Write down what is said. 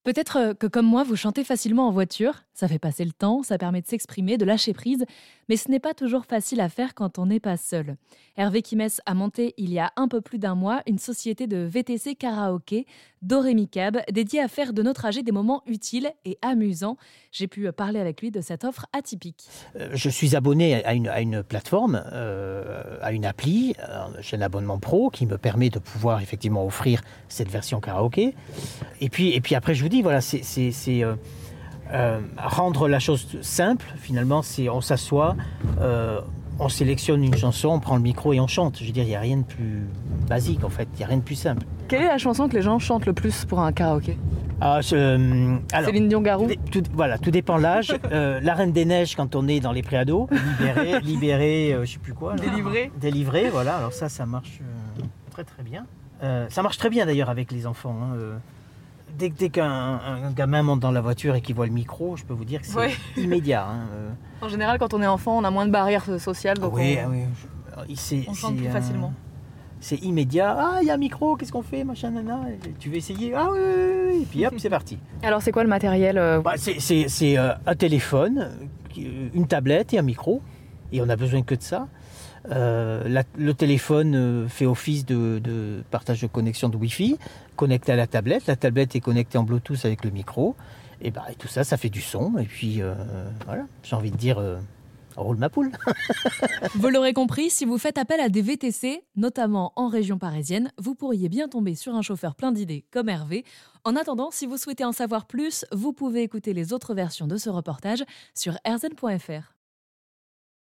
Peut-être que comme moi, vous chantez facilement en voiture. Ça fait passer le temps, ça permet de s'exprimer, de lâcher prise. Mais ce n'est pas toujours facile à faire quand on n'est pas seul. Hervé Quimès a monté il y a un peu plus d'un mois une société de VTC karaoké, Dorémy Cab, dédiée à faire de nos trajets des moments utiles et amusants. J'ai pu parler avec lui de cette offre atypique. Je suis abonné à une plateforme, à une appli. J'ai un abonnement pro qui me permet de pouvoir effectivement offrir cette version karaoké. Et puis après, je vous dis, voilà, c'est rendre la chose simple. Finalement, on s'assoit, on sélectionne une chanson, on prend le micro et on chante. Je veux dire, il n'y a rien de plus basique en fait, il n'y a rien de plus simple. Quelle est la chanson que les gens chantent le plus pour un karaoké ? Alors, Céline Dion-Garou. Tout dépend de l'âge. La Reine des Neiges quand on est dans les préados, libéré, je sais plus quoi. Là. Délivré, voilà. Alors ça marche très très bien. Ça marche très bien d'ailleurs avec les enfants. Hein. Dès qu'un gamin monte dans la voiture et qu'il voit le micro, je peux vous dire que c'est immédiat. Hein. En général, quand on est enfant, on a moins de barrières sociales. Donc on chante plus facilement. C'est immédiat. Ah, il y a un micro, qu'est-ce qu'on fait, machin, nana. Tu veux essayer ? Ah oui. Et puis hop, c'est parti. Alors, c'est quoi le matériel C'est un téléphone, une tablette et un micro. Et on n'a besoin que de ça. Le téléphone fait office de partage de connexion de Wi-Fi, connecté à la tablette. La tablette est connectée en Bluetooth avec le micro. Et tout ça, ça fait du son. Et puis, voilà, j'ai envie de dire... roule ma poule. Vous l'aurez compris, si vous faites appel à des VTC, notamment en région parisienne, vous pourriez bien tomber sur un chauffeur plein d'idées comme Hervé. En attendant, si vous souhaitez en savoir plus, vous pouvez écouter les autres versions de ce reportage sur rzn.fr.